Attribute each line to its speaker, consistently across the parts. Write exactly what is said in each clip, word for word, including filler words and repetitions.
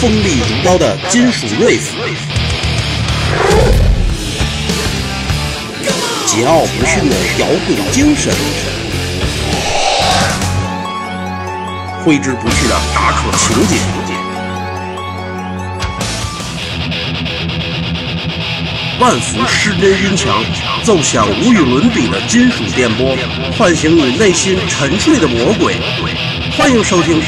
Speaker 1: 锋利如刀的金属 riff， 桀骜不驯的摇滚精神，挥之不去的大可情节，万伏失真音墙奏响无与伦比的金属电波，唤醒你内心沉睡的魔鬼。欢迎收听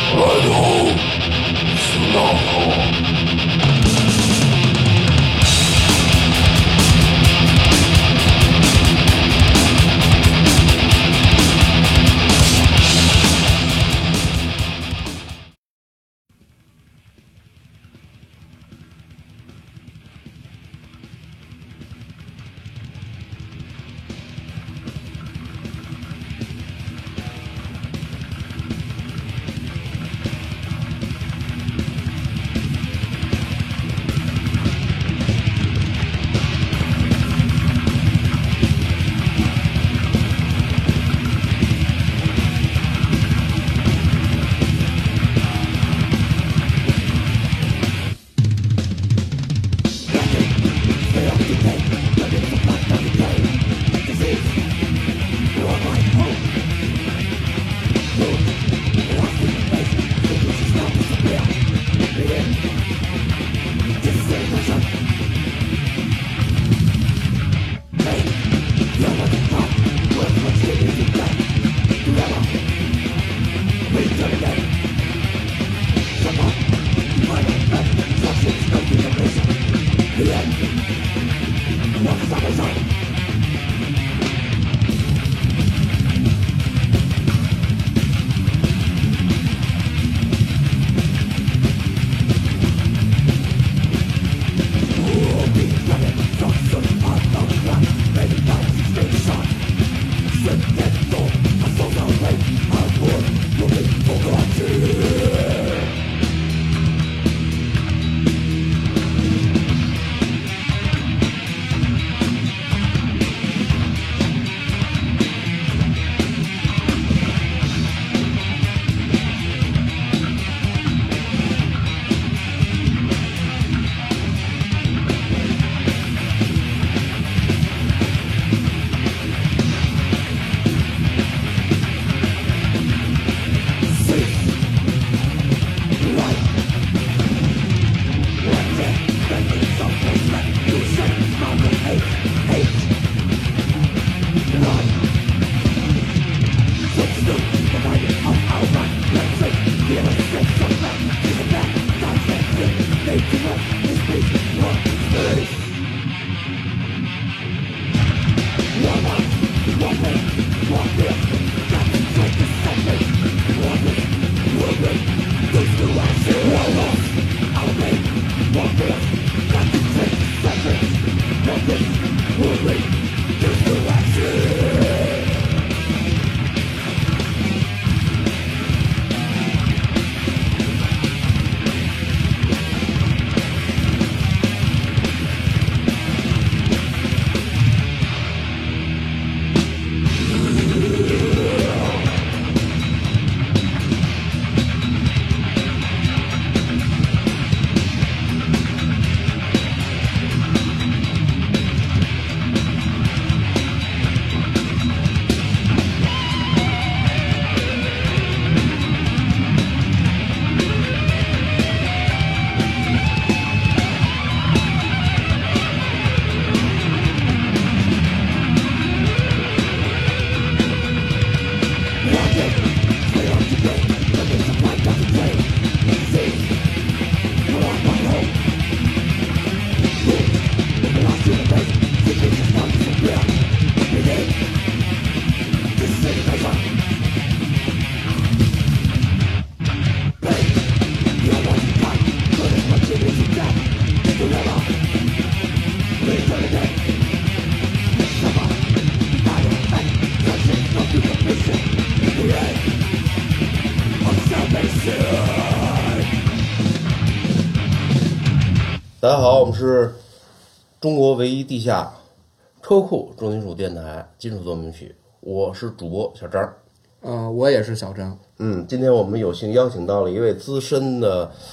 Speaker 2: 大家好，我们是中国唯一地下车库重金属电台金属奏鸣曲，我是主播小张。
Speaker 3: 呃，我也是小张。
Speaker 2: 嗯，今天我们有幸邀请到了一位资深的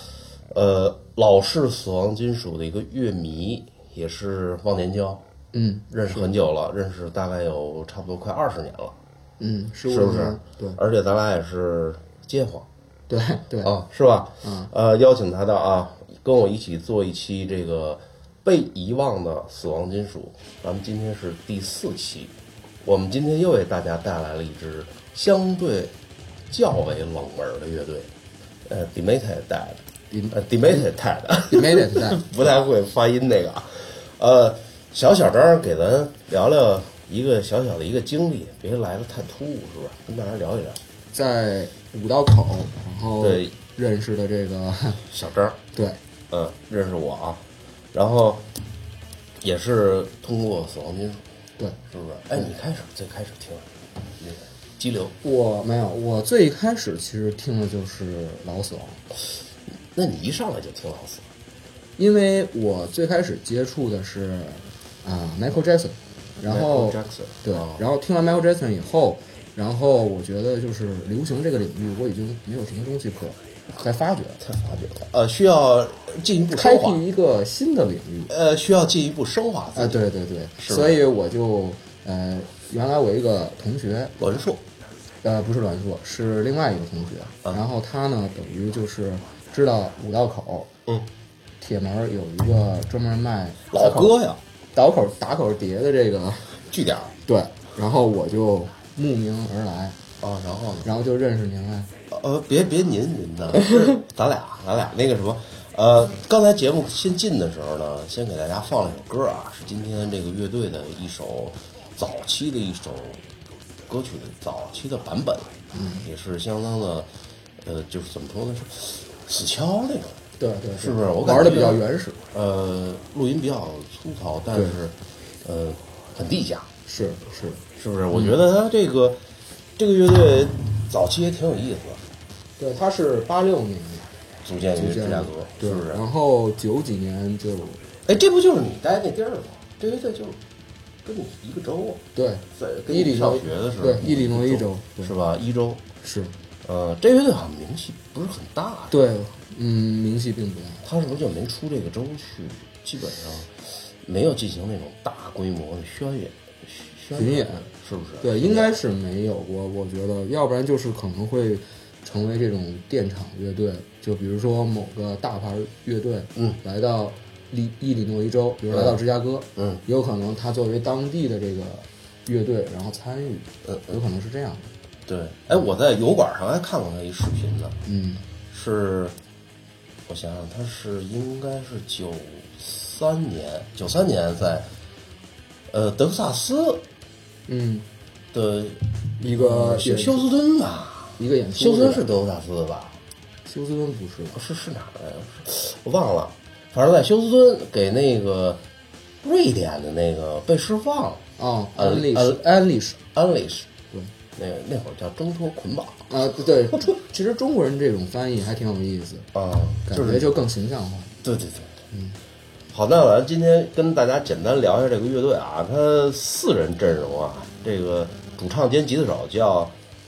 Speaker 2: 呃，老式死亡金属的一个乐迷，也是忘年交，
Speaker 3: 嗯，
Speaker 2: 认识很久了，认识大概有差不多快二十年了，
Speaker 3: 嗯，是
Speaker 2: 是不是？
Speaker 3: 对，
Speaker 2: 而且咱俩也是街坊，
Speaker 3: 对对
Speaker 2: 啊，是吧？
Speaker 3: 嗯，
Speaker 2: 呃，邀请他的啊，跟我一起做一期这个被遗忘的死亡金属。咱们今天是第四期，我们今天又为大家带来了一支相对较为冷门的乐队，呃 ，Demented Dead， 呃 ，Demented Dead，Demented
Speaker 3: Dead
Speaker 2: 不太会发音那个啊。呃，小小张给咱聊聊一个小小的一个经历，别来的太突兀，是吧？跟大家聊一聊。
Speaker 3: 在五道口，然后
Speaker 2: 对
Speaker 3: 认识的这个
Speaker 2: 小张，
Speaker 3: 对，
Speaker 2: 嗯，认识我啊，然后也是通过死亡金属，
Speaker 3: 对，
Speaker 2: 是不是？哎，你开始最开始听那个激流，
Speaker 3: 我没有，我最开始其实听的就是老死亡，
Speaker 2: 那你一上来就听老死，
Speaker 3: 因为我最开始接触的是啊、Michael Jackson， 然后
Speaker 2: Michael Jackson，
Speaker 3: 对、
Speaker 2: 哦，
Speaker 3: 然后听完 Michael Jackson 以后，然后我觉得就是流行这个领域我已经没有什么东西可再发掘了，
Speaker 2: 太发掘了，呃，需要进一步
Speaker 3: 开
Speaker 2: 升华，
Speaker 3: 辟一个新的领域。
Speaker 2: 呃，需要进一步升华自
Speaker 3: 啊，
Speaker 2: 己。
Speaker 3: 对对对，
Speaker 2: 是
Speaker 3: 所以我就呃，原来我一个同学，
Speaker 2: 栾硕，
Speaker 3: 呃，不是栾硕，是另外一个同学，
Speaker 2: 嗯
Speaker 3: 然后他呢，等于就是知道五道口，
Speaker 2: 嗯，
Speaker 3: 铁门有一个专门卖
Speaker 2: 老哥呀，
Speaker 3: 打口打口碟的这个，
Speaker 2: 据点儿
Speaker 3: 对，然后我就慕名而来，
Speaker 2: 啊，然后呢？
Speaker 3: 然后就认识您了。
Speaker 2: 呃，别别您您的，咱俩咱俩那个什么，呃，刚才节目先进的时候呢，先给大家放了一首歌啊，是今天这个乐队的一首早期的一首歌曲的早期的版本，嗯，也是相当的，呃，就是怎么说呢，是死敲那种，
Speaker 3: 对对，
Speaker 2: 是不是？我感觉
Speaker 3: 玩的比较原始，
Speaker 2: 呃，录音比较粗糙，但是呃很地下，
Speaker 3: 是是，
Speaker 2: 是不是？我觉得他这个、这个乐队早期也挺有意思的。
Speaker 3: 对，他是八六年
Speaker 2: 组建于
Speaker 3: 组建
Speaker 2: 芝加哥，
Speaker 3: 对，
Speaker 2: 是不是？
Speaker 3: 然后九几年就
Speaker 2: 哎，这不就是你待那地儿吗？这乐队就跟你一个州啊，
Speaker 3: 对，
Speaker 2: 在跟你上学的时候，
Speaker 3: 对，伊利诺伊州，
Speaker 2: 是吧？一州
Speaker 3: 是，
Speaker 2: 呃，这乐队好像名气不是很大，
Speaker 3: 对，嗯，名气并不大。
Speaker 2: 他是不是就没出这个州去？基本上没有进行那种大规模的宣演、宣
Speaker 3: 巡演，
Speaker 2: 是不是？
Speaker 3: 对，应该是没有过，我觉得，要不然就是可能会成为这种电厂乐队，就比如说某个大牌乐队，
Speaker 2: 嗯，
Speaker 3: 来到利伊利诺伊州，比如来到芝加哥，
Speaker 2: 嗯，
Speaker 3: 有可能他作为当地的这个乐队，然后参与，
Speaker 2: 嗯，
Speaker 3: 有可能是这样的。
Speaker 2: 对，哎，我在油管上还看过他一视频呢，
Speaker 3: 嗯，
Speaker 2: 是，我想想，他是应该是九三年，九三年在呃德克萨斯
Speaker 3: 嗯
Speaker 2: 的
Speaker 3: 一个演
Speaker 2: 休休斯敦吧，
Speaker 3: 一个演出，
Speaker 2: 休斯敦是德克萨斯吧？
Speaker 3: 休斯敦不是吧？
Speaker 2: 是是哪儿来着？我忘了，反正在休斯敦给那个瑞典的那个被释放
Speaker 3: 哦，
Speaker 2: 安
Speaker 3: 安利
Speaker 2: 安
Speaker 3: 是安利是，
Speaker 2: 安利什，
Speaker 3: 对，
Speaker 2: 那那会儿叫挣脱捆绑
Speaker 3: 啊，对，其实中国人这种翻译还挺有意思，
Speaker 2: 啊，
Speaker 3: 感
Speaker 2: 就是
Speaker 3: 觉就更形象化。
Speaker 2: 对对对，嗯。好，那咱今天跟大家简单聊一下这个乐队啊，它四人阵容啊，这个主唱兼吉他手叫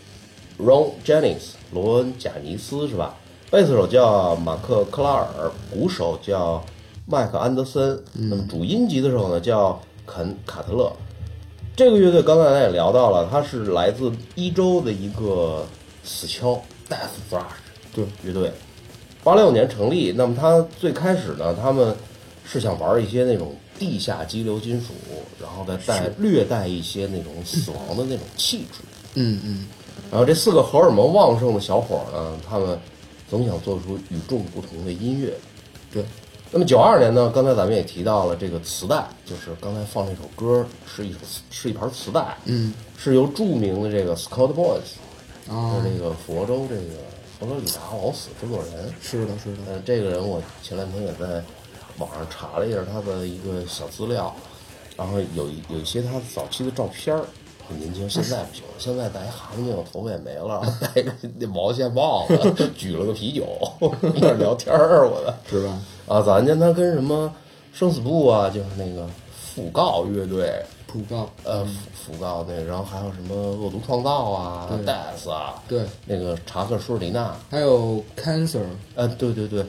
Speaker 2: Ron Jennings 罗恩贾尼斯是吧？贝斯手叫马克克拉尔，鼓手叫麦克安德森，那么主音吉他手呢叫肯卡特勒。这个乐队刚才咱也聊到了，它是来自一州的一个死敲 Death Thrash
Speaker 3: 对
Speaker 2: 乐队，八六年成立。那么它最开始呢，他们是想玩一些那种地下激流金属，然后再带略带一些那种死亡的那种气质。
Speaker 3: 嗯嗯，
Speaker 2: 然后这四个荷尔蒙旺盛的小伙呢，他们总想做出与众不同的音乐。
Speaker 3: 对。
Speaker 2: 那么九二年呢，刚才咱们也提到了这个磁带，就是刚才放这首歌是一首是一盘磁带，
Speaker 3: 嗯，
Speaker 2: 是由著名的这个 Scott Boyce
Speaker 3: 啊，
Speaker 2: 的这个佛州这个佛罗里达老死制作人。
Speaker 3: 是的，是的，
Speaker 2: 呃，这个人我前两天也在网上查了一下他的一个小资料，然后有一有一些他早期的照片儿，很年轻。现在不行了，现在戴一哈密镜，头发也没了，戴个那毛线帽子，举了个啤酒，跟那聊天儿，我的
Speaker 3: 是吧？
Speaker 2: 啊，早年间他跟什么生死簿啊，就是那个讣告乐队，
Speaker 3: 普告，
Speaker 2: 呃，讣讣告那个，然后还有什么恶毒创造啊 ，Death 啊，
Speaker 3: 对，
Speaker 2: 那个查克舒尔迪纳，
Speaker 3: 还有 Cancer，
Speaker 2: 呃，对对对。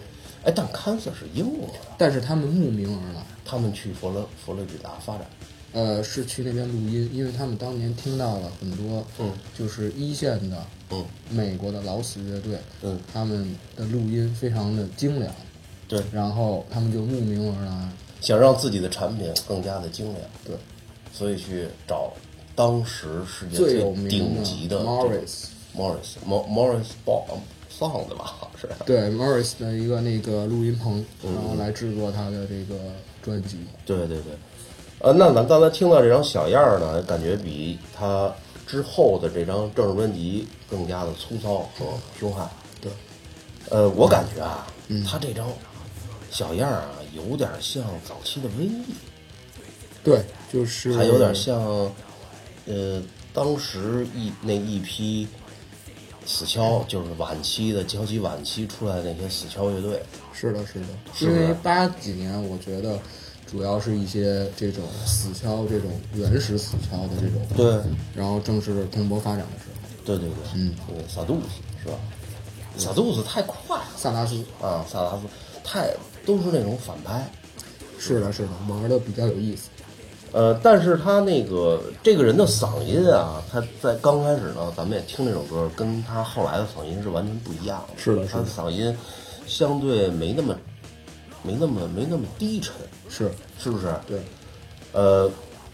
Speaker 2: 哎，但堪萨是英国的，
Speaker 3: 但是他们慕名而来，
Speaker 2: 他们去佛罗佛罗里达发展。
Speaker 3: 呃，是去那边录音，因为他们当年听到了很多，
Speaker 2: 嗯，
Speaker 3: 就是一线的，
Speaker 2: 嗯，
Speaker 3: 美国的老死乐队，
Speaker 2: 嗯，
Speaker 3: 他们的录音非常的精良，
Speaker 2: 对，
Speaker 3: 然后他们就慕名而来，
Speaker 2: 想让自己的产品更加的精良，
Speaker 3: 对，
Speaker 2: 所以去找当时世界
Speaker 3: 最有名的
Speaker 2: 顶级的
Speaker 3: Morris
Speaker 2: Morris Morris Sound 吧，是
Speaker 3: 对 Morris 的一个那个录音棚，然后来制作他的这个专辑。
Speaker 2: 对对对，呃，那咱刚才听到这张小样儿呢，感觉比他之后的这张正式专辑更加的粗糙和凶悍。
Speaker 3: 对，
Speaker 2: 呃，我感觉啊，
Speaker 3: 嗯、
Speaker 2: 他这张小样儿啊，有点像早期的瘟疫，
Speaker 3: 对，就是
Speaker 2: 还有点像，呃，当时一那一批死敲，就是晚期的交集晚期出来的那些死敲乐队。
Speaker 3: 是的，是的，
Speaker 2: 是不是
Speaker 3: 因为八几年，我觉得主要是一些这种死敲，这种原始死敲的这种，
Speaker 2: 对，
Speaker 3: 然后正是蓬勃发展的时候。
Speaker 2: 对对对，
Speaker 3: 嗯，
Speaker 2: 那个萨杜斯是吧？萨杜斯太快了，
Speaker 3: 萨达斯
Speaker 2: 啊，萨达斯太都是那种反拍。
Speaker 3: 是的，是的，玩的比较有意思。
Speaker 2: 呃，但是他那个这个人的嗓音啊，他在刚开始呢，咱们也听这首歌，跟他后来的嗓音是完全不一样的。
Speaker 3: 是的，是
Speaker 2: 他的嗓音相对没那么没那么没那么低沉，
Speaker 3: 是
Speaker 2: 是不是？
Speaker 3: 对。
Speaker 2: 呃，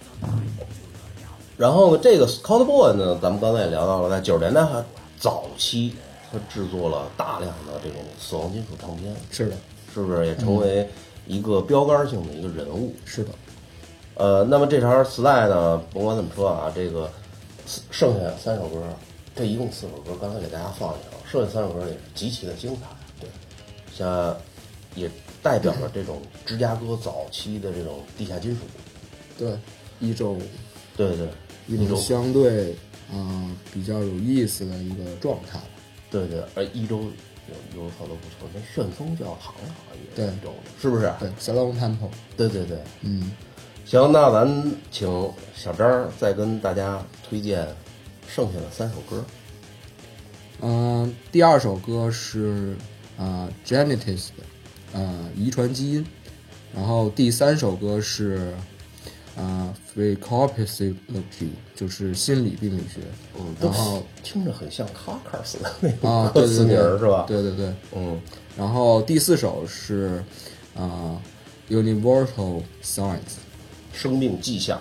Speaker 2: 然后呢，这个 Scott Boy 呢，咱们刚才也聊到了，在九十年代还早期，他制作了大量的这种死亡金属唱片，
Speaker 3: 是的，
Speaker 2: 是不是也成为一个标杆性的一个人物？
Speaker 3: 是的。
Speaker 2: 呃，那么这条磁带呢，甭管怎么说啊，这个剩下三首歌，这一共四首歌，刚才给大家放一下，剩下三首歌也是极其的精彩，对，像也代表了这种芝加哥早期的这种地下金属，
Speaker 3: 对，一种
Speaker 2: 对对，
Speaker 3: 一种相对嗯、呃、比较有意思的一个状态，
Speaker 2: 对对，而一周有有好多不错，那旋风教堂好像也
Speaker 3: 对
Speaker 2: 一周，是不是？
Speaker 3: 对 ，Salon Temple，
Speaker 2: 对对对，
Speaker 3: 嗯。
Speaker 2: 行，那咱请小张再跟大家推荐剩下的三首歌。
Speaker 3: 嗯、呃，第二首歌是啊、呃、Genetics 的呃遗传基因，然后第三首歌是啊 Freakopathology， 就是心理病理学。
Speaker 2: 嗯，
Speaker 3: 然后
Speaker 2: 听着很像 Carcass 的那
Speaker 3: 啊，
Speaker 2: 个歌词名
Speaker 3: 对
Speaker 2: 是吧？
Speaker 3: 对对对，
Speaker 2: 嗯。
Speaker 3: 然后第四首是啊、呃、Universal Science。
Speaker 2: 生命迹象。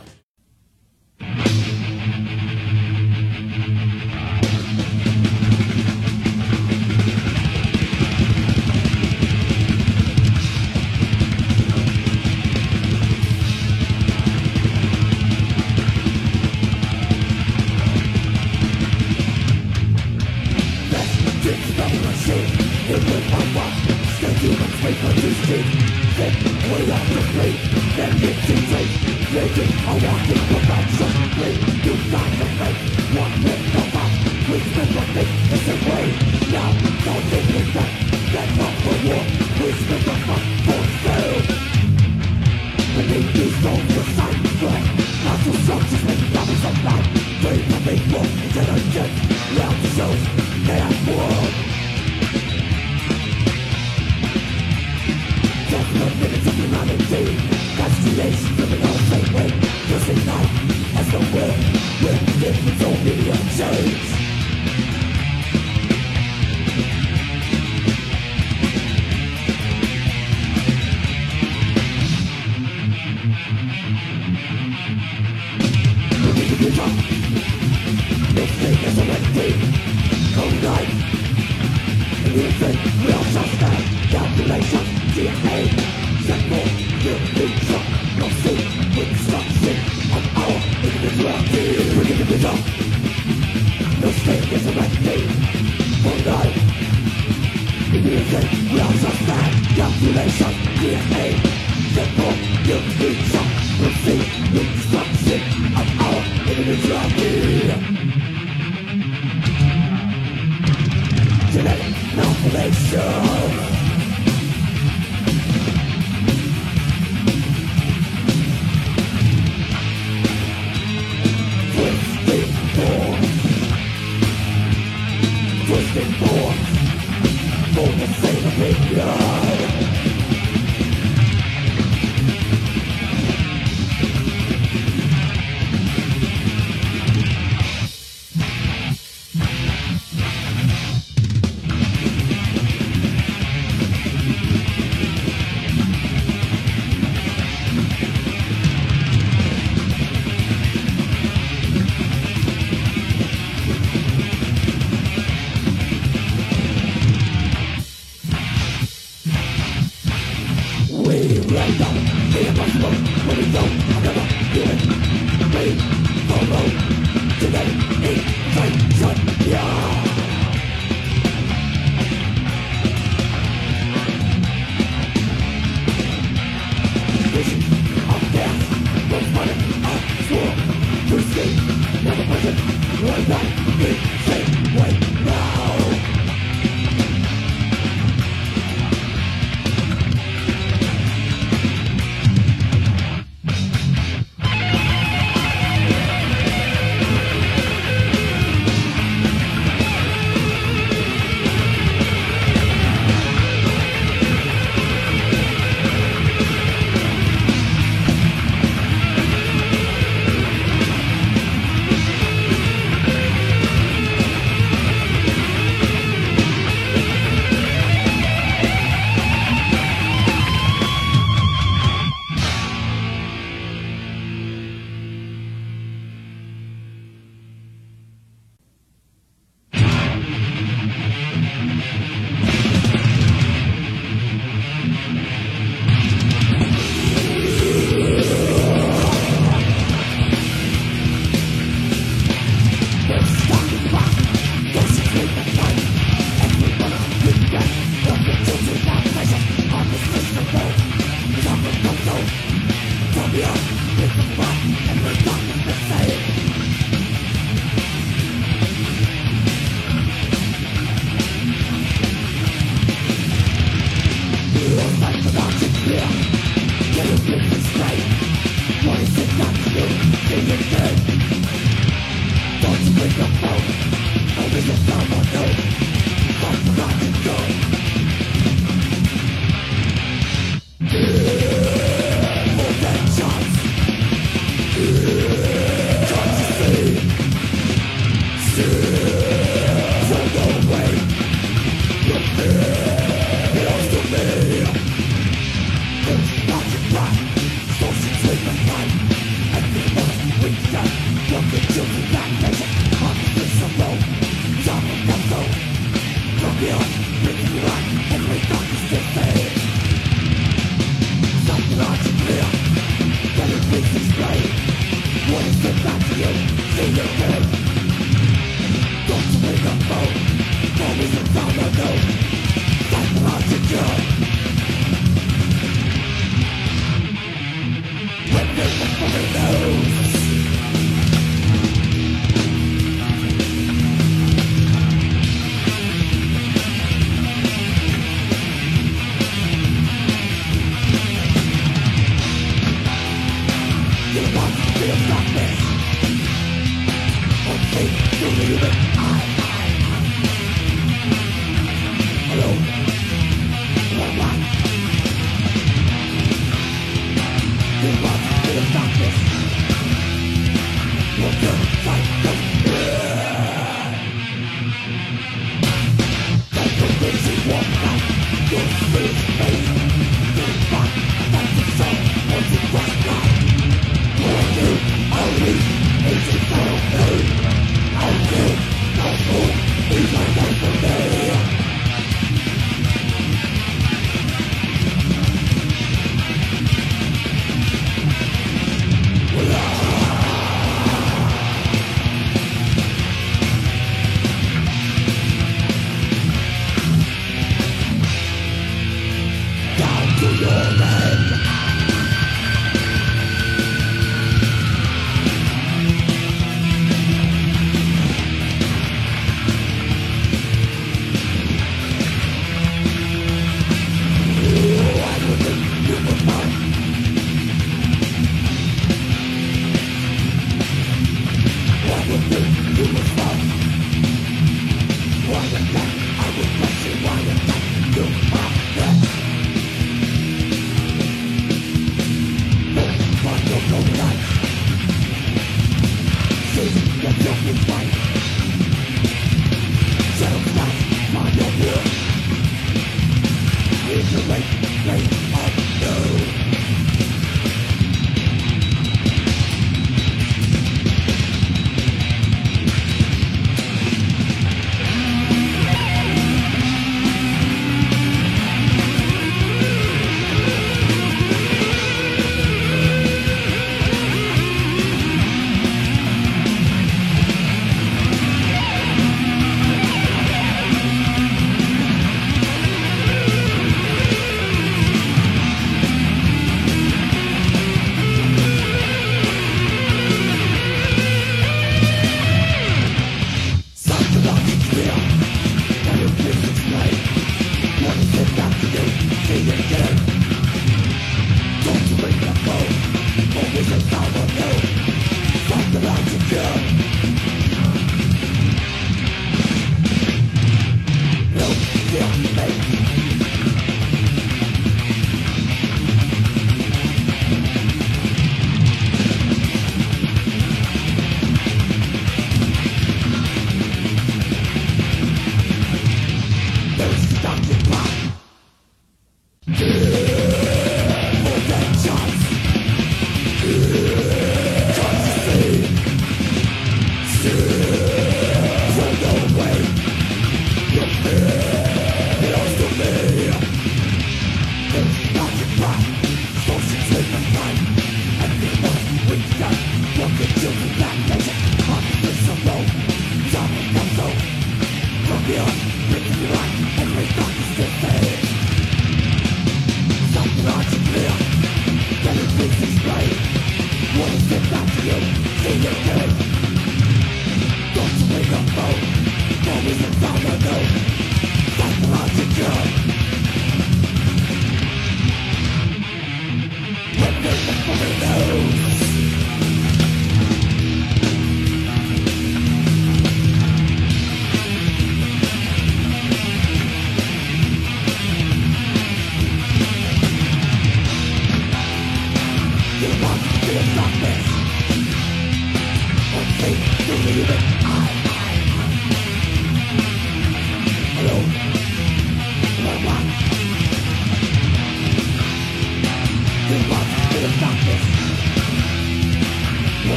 Speaker 4: I would bless you while you're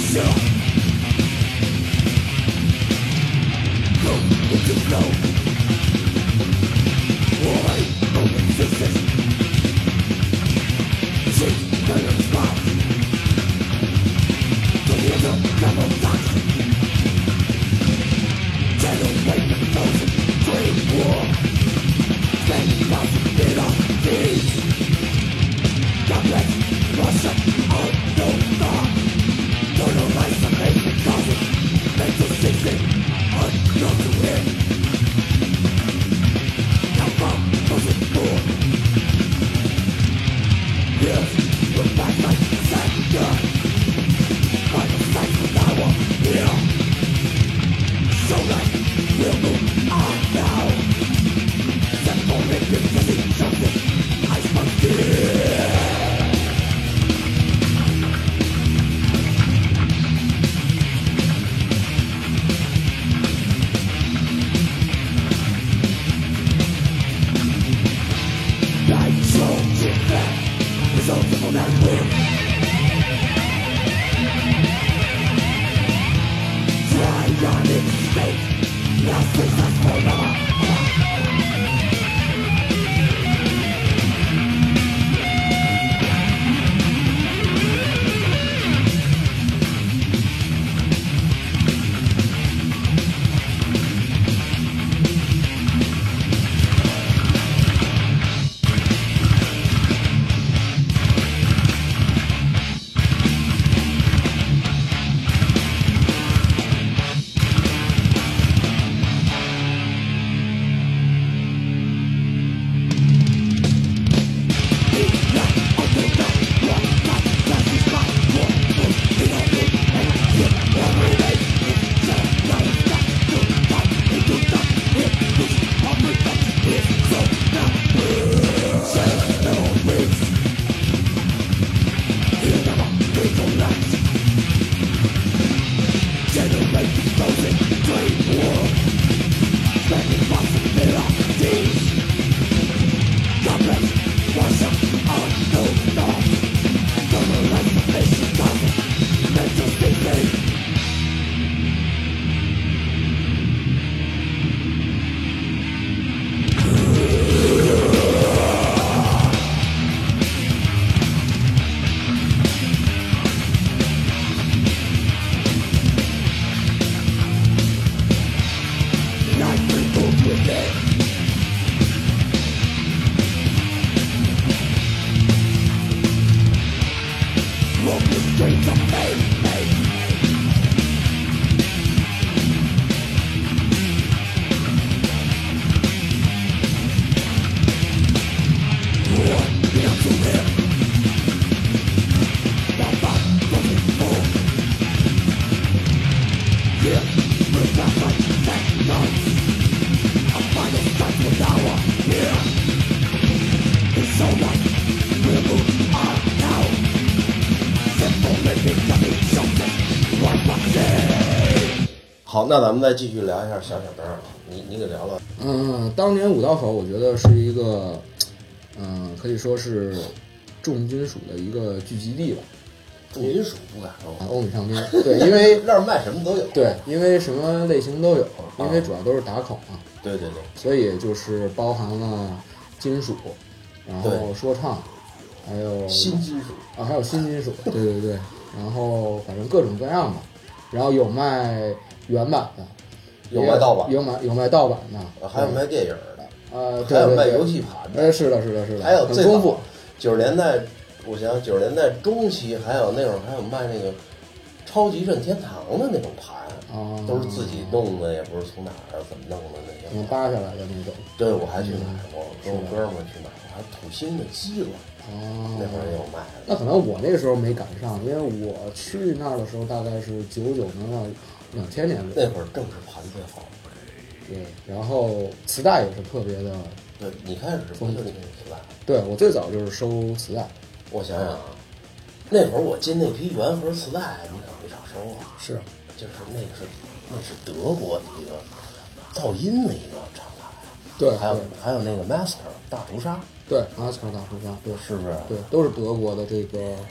Speaker 2: 好，那咱们再继续聊一下小小灯儿，你你给聊聊。
Speaker 3: 嗯，当年武道口我觉得是一个，嗯，可以说是重金属的一个聚集地吧。
Speaker 2: 重金属不敢说，
Speaker 3: 啊，欧美唱片，对，因为
Speaker 2: 那儿卖什么都有。
Speaker 3: 对，因为什么类型都有，因为主要都是打口嘛。
Speaker 2: 对对对，
Speaker 3: 所以就是包含了金属，然后说唱，还有
Speaker 2: 新金属
Speaker 3: 啊，还有新金属，对对对，然后反正各种各样吧，然后有卖原版的，
Speaker 2: 有卖盗版，
Speaker 3: 有卖有卖盗版的，
Speaker 2: 还有卖电影的，
Speaker 3: 呃，
Speaker 2: 还有卖游戏盘的，
Speaker 3: 哎，是的，是的，是的，
Speaker 2: 还有
Speaker 3: 很丰富。
Speaker 2: 九十年代，我想九十年代中期还有那会儿还有卖那个超级任天堂的那种盘，
Speaker 3: 啊，
Speaker 2: 都是自己弄的，也不是从哪儿怎么弄的那些，
Speaker 3: 能扒下来的那种。
Speaker 2: 对，我还去买过，跟我哥们儿去买过，还土星的机子，
Speaker 3: 哦，
Speaker 2: 那会儿也有卖的。
Speaker 3: 那可能我那个时候没赶上，因为我去那儿的时候大概是九九年到两千年
Speaker 2: 那会儿正是盘最好。
Speaker 3: 对，然后磁带也是特别的。
Speaker 2: 对，你开始不就那个磁带？
Speaker 3: 对，我最早就是收磁带。
Speaker 2: 我想想啊，那会儿我进那批原盒磁带，你可没少收啊。
Speaker 3: 是，
Speaker 2: 就是那个是那是德国的一个噪音的一个厂牌。
Speaker 3: 对，
Speaker 2: 还有还有那个 Master 大屠杀。
Speaker 3: 对 ，Master 大屠杀，对，
Speaker 2: 是不是？
Speaker 3: 对，都是德国的这个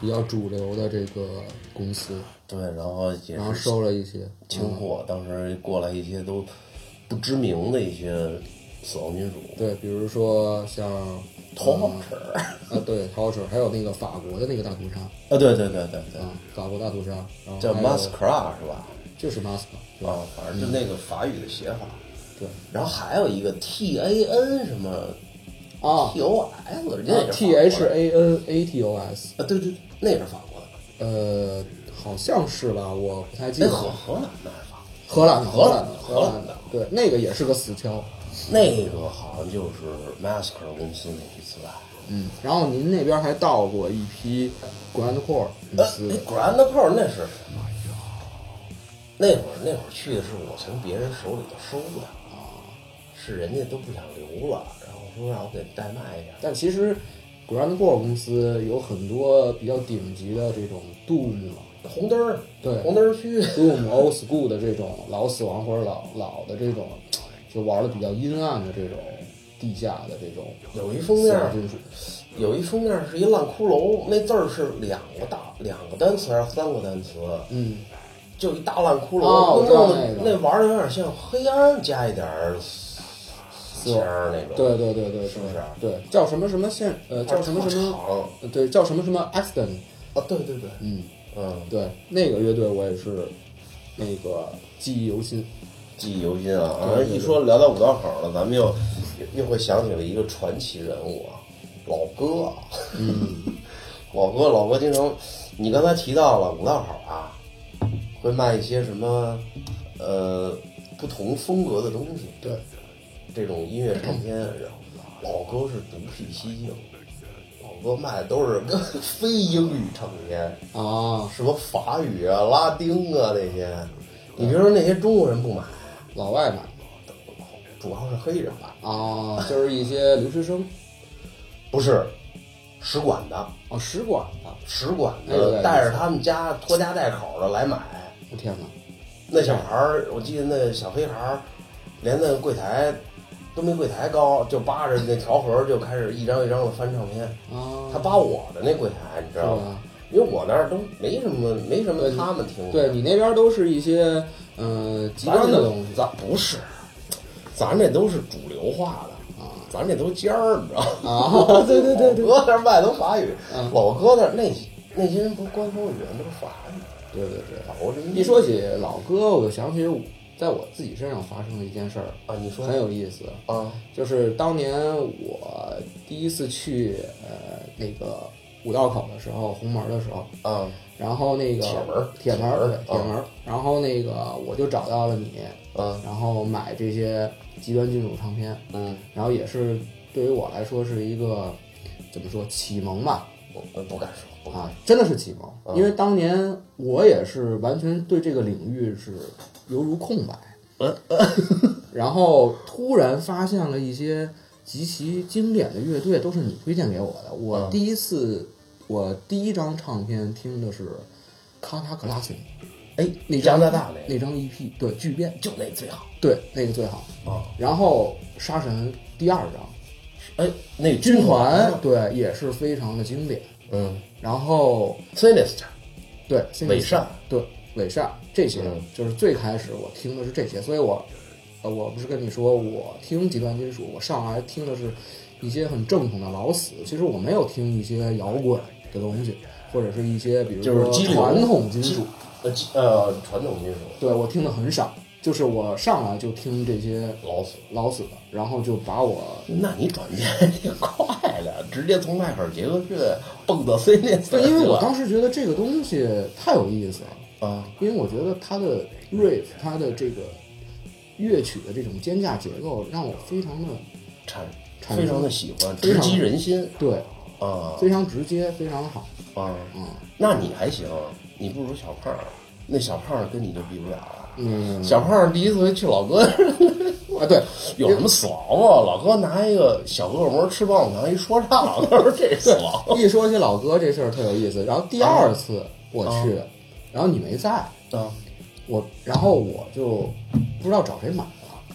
Speaker 3: 比较主流的这个公司，
Speaker 2: 对，然后也
Speaker 3: 然后
Speaker 2: 是
Speaker 3: 收了一些
Speaker 2: 清货，当时过来一些都不知名的一些死亡金属，
Speaker 3: 对，比如说像
Speaker 2: Torture
Speaker 3: 啊，对 Torture， 还有那个法国的那个大屠杀
Speaker 2: 啊，对对对对对，
Speaker 3: 啊，法国大屠杀，然后
Speaker 2: 叫
Speaker 3: 还有
Speaker 2: Mascara 是吧？
Speaker 3: 就是 Mask， 对
Speaker 2: 啊，反正就那个法语的写法。
Speaker 3: 对
Speaker 2: 然后还有一个 T A N 什么
Speaker 3: 啊
Speaker 2: T O S，人家也是
Speaker 3: ，T H A N A T O S，
Speaker 2: 啊，对对，那也是法国的。
Speaker 3: 呃，好像是吧，我不太记
Speaker 2: 哎，
Speaker 3: 得。
Speaker 2: 荷荷兰的还是法国？
Speaker 3: 荷兰的，
Speaker 2: 荷兰的
Speaker 3: 兰荷兰的，对，那个也是个死敲。
Speaker 2: 那个好像就是 Massacre 公司那批磁带。
Speaker 3: 嗯，然后您那边还到过一批 Grand Core 公
Speaker 2: 呃
Speaker 3: 司，
Speaker 2: ，Grand Core 那是那会儿那会儿去的是我从别人手里头收的啊，是人家都不想留了，然后说让我给代卖一下。
Speaker 3: 但其实 Grand Core 公司有很多比较顶级的这种 Doom，
Speaker 2: 红灯儿，
Speaker 3: 对
Speaker 2: 红灯儿区，
Speaker 3: Doom Old School 的这种老死亡或者老老的这种，就玩的比较阴暗的这种地下的这种
Speaker 2: 有一封面
Speaker 3: 死亡金属。
Speaker 2: 有一封面是一烂骷髅，那字儿是两个大两个单词还是三个单词？
Speaker 3: 嗯，
Speaker 2: 就一大烂骷髅，
Speaker 3: 哦我知道
Speaker 2: 弄
Speaker 3: 那个
Speaker 2: 那玩的有点像黑暗加一点儿仙儿那种。
Speaker 3: 对对对对，
Speaker 2: 是不是？
Speaker 3: 对，叫什么什么现呃叫什么什么
Speaker 2: 长
Speaker 3: 呃对叫什么什么 accident，
Speaker 2: 啊？对对对，
Speaker 3: 嗯
Speaker 2: 嗯，
Speaker 3: 对，那个乐队我也是那个记忆犹新。
Speaker 2: 记忆犹新啊！啊，
Speaker 3: 对对对
Speaker 2: 一说聊到五道口了，咱们又又会想起了一个传奇人物啊，老哥。
Speaker 3: 嗯，
Speaker 2: 老哥，老哥经常，你刚才提到了五道口啊，会卖一些什么呃不同风格的东西。
Speaker 3: 对，
Speaker 2: 这种音乐唱片，然后老哥是独辟蹊径，老哥卖的都是跟非英语唱片，
Speaker 3: 啊，
Speaker 2: 什么法语啊、拉丁啊那些。你别说那些中国人不买，
Speaker 3: 老外买
Speaker 2: 主要是黑人买，
Speaker 3: 啊，就是一些留学生
Speaker 2: 不是使馆的，
Speaker 3: 哦，使馆的，
Speaker 2: 使馆
Speaker 3: 哎有点意思
Speaker 2: 的带着他们家拖家带口的来买。
Speaker 3: 我天哪！
Speaker 2: 那小孩儿，我记得那小黑孩儿，连那柜台都没柜台高，就扒着那条盒就开始一张一张的翻唱片。
Speaker 3: 啊，
Speaker 2: 他扒我的那柜台，你知道吗？因为我那儿都没什么，没什么他们听的。
Speaker 3: 对你那边都是一些呃极端的东西，
Speaker 2: 咱不是，咱这都是主流化的啊，咱这都尖儿，你知道吗？
Speaker 3: 啊，对对对对，
Speaker 2: 老哥那儿卖都法语，
Speaker 3: 嗯
Speaker 2: 老哥那儿那那些人不是官方语言都是法语。
Speaker 3: 对对对。
Speaker 2: 法国人
Speaker 3: 一说起老哥，我就想起在我自己身上发生的一件事儿
Speaker 2: 啊，你说
Speaker 3: 很有意思
Speaker 2: 啊，
Speaker 3: 就是当年我第一次去呃那个五道口的时候，红门的时候，
Speaker 2: 啊，
Speaker 3: 然后那个
Speaker 2: 铁门
Speaker 3: 铁门
Speaker 2: 铁门
Speaker 3: 对铁门，
Speaker 2: 啊
Speaker 3: 然后那个我就找到了你，
Speaker 2: 嗯
Speaker 3: 然后买这些极端金属唱片，
Speaker 2: 嗯，
Speaker 3: 然后也是对于我来说是一个怎么说启蒙吧，
Speaker 2: 我我不敢说，不敢
Speaker 3: 啊，真的是启蒙，
Speaker 2: 嗯
Speaker 3: 因为当年我也是完全对这个领域是犹如空白，
Speaker 2: 嗯
Speaker 3: 然后突然发现了一些极其经典的乐队，都是你推荐给我的。我
Speaker 2: 嗯
Speaker 3: 第一次，我第一张唱片听的是卡塔克拉辛，
Speaker 2: 哎，
Speaker 3: 那张
Speaker 2: 加拿大那
Speaker 3: 那张 E P，对，巨变，
Speaker 2: 就那最好
Speaker 3: 对，那个最好。
Speaker 2: 啊，
Speaker 3: 然后杀神第二张
Speaker 2: 哎，那
Speaker 3: 军团，
Speaker 2: 团，
Speaker 3: 对，也是非常的经典。
Speaker 2: 嗯
Speaker 3: 然后
Speaker 2: ，Sinister，
Speaker 3: 对，
Speaker 2: 伪善，
Speaker 3: 对，伪善这些、
Speaker 2: 嗯
Speaker 3: 就是最开始我听的是这些，所以我，呃，我不是跟你说我听极端金属，我上来听的是一些很正统的老死，其实我没有听一些摇滚的东西，或者是一些比如说
Speaker 2: 就是激流
Speaker 3: 传统金属，
Speaker 2: 呃激呃传统金属，
Speaker 3: 对我听的很少，就是我上来就听这些
Speaker 2: 老死。
Speaker 3: 老死的，然后就把我
Speaker 2: 那你转变也快了，直接从迈克尔·杰克逊蹦到 Sinister，
Speaker 3: 对，因为我当时觉得这个东西太有意思了。
Speaker 2: 啊，
Speaker 3: 因为我觉得它的 riff，它的这个乐曲的这种肩架结构，让我非常的
Speaker 2: 产
Speaker 3: 产
Speaker 2: 非常的喜欢，
Speaker 3: 非常
Speaker 2: 直击人心
Speaker 3: 对，
Speaker 2: 啊
Speaker 3: 非常直接，非常好。
Speaker 2: 啊！
Speaker 3: 嗯
Speaker 2: 那你还行，你不如小胖儿，那小胖儿跟你就比不了了。
Speaker 3: 嗯
Speaker 2: 小胖儿第一次去老哥
Speaker 3: 啊，对，
Speaker 2: 有什么死亡吗？老哥拿一个小恶魔吃棒棒糖一说唱，他说这死亡
Speaker 3: 一说起老哥这事儿特有意思。然后第二次我去，然后你没在，
Speaker 2: 啊
Speaker 3: 我然后我就不知道找谁买了，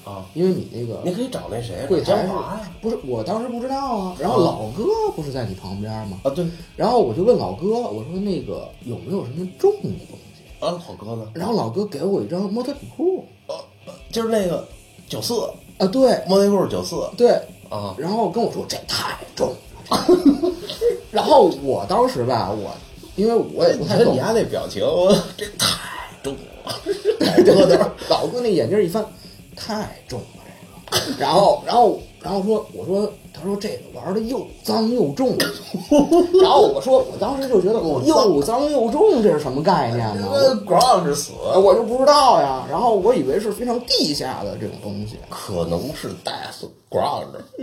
Speaker 2: 啊，
Speaker 3: 因为你那个
Speaker 2: 你可以找那谁
Speaker 3: 柜台是
Speaker 2: 江华呀
Speaker 3: 不是我当时不知道啊，然后老哥不是在你旁边吗？
Speaker 2: 啊，对
Speaker 3: 然后我就问老哥，我说那个有没有什么重的东西？
Speaker 2: 啊，老哥呢？
Speaker 3: 然后老哥给我一张模特底裤，
Speaker 2: 就是那个九四
Speaker 3: 啊，对
Speaker 2: 摩内裤九四
Speaker 3: 对，
Speaker 2: 啊，
Speaker 3: 然后跟我说这太重了，然后我当时吧，我因为我也不太懂
Speaker 2: 你，家那表情，这太重了，
Speaker 3: 对对对，老哥那眼镜一翻，太重了这个，然后然后然后说我说他说这个玩的又脏又重，然后我说我当时就觉得又脏又重这是什么概念呢？我
Speaker 2: ground 死，
Speaker 3: 我就不知道呀，然后我以为是非常地下的这种东西，
Speaker 2: 可能是 death ground，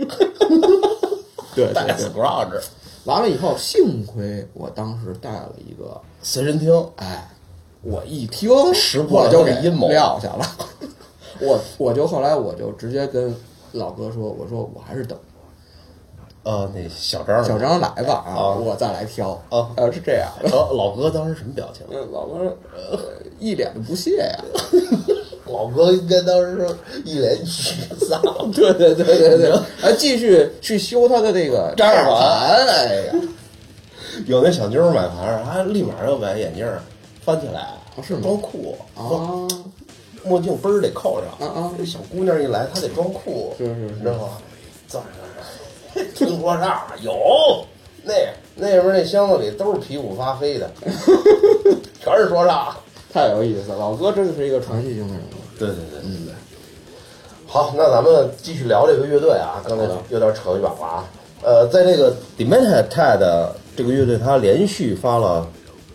Speaker 3: 对
Speaker 2: death ground，
Speaker 3: 完了以后，幸亏我当时带了一个，
Speaker 2: 随身听，
Speaker 3: 哎，我一听
Speaker 2: 识破了
Speaker 3: 我就给
Speaker 2: 他的阴谋
Speaker 3: 撂下了。我我就后来我就直接跟老哥说，我说我还是等
Speaker 2: 呃，那小张
Speaker 3: 小张来吧啊，
Speaker 2: 啊
Speaker 3: 我再来挑
Speaker 2: 啊
Speaker 3: 呃是这样的。
Speaker 2: 呃，老哥当时什么表情？
Speaker 3: 呃老哥呃一脸的不屑呀，
Speaker 2: 老哥应该当时一脸沮丧。
Speaker 3: 对对对对对，还继续去修他的这个
Speaker 2: 扎耳环
Speaker 3: 环，哎呀，
Speaker 2: 有那小妞儿买盘儿，还立马要把眼镜儿翻起来，
Speaker 3: 是吗
Speaker 2: 装酷
Speaker 3: 啊
Speaker 2: 墨镜嘣儿得扣上
Speaker 3: 啊啊
Speaker 2: 这小姑娘一来，她得装酷，
Speaker 3: 是是是
Speaker 2: 你知道吗？坐着坐着，听说这儿有那那边那箱子里都是皮肤发黑的，全是说唱。
Speaker 3: 太有意思了，老哥真的是一个传奇性的人物。
Speaker 2: 对对对，嗯。好，那咱们继续聊这个乐队啊，刚才有点扯远了啊。呃，在这个 Demented Ted 这个乐队，它连续发了，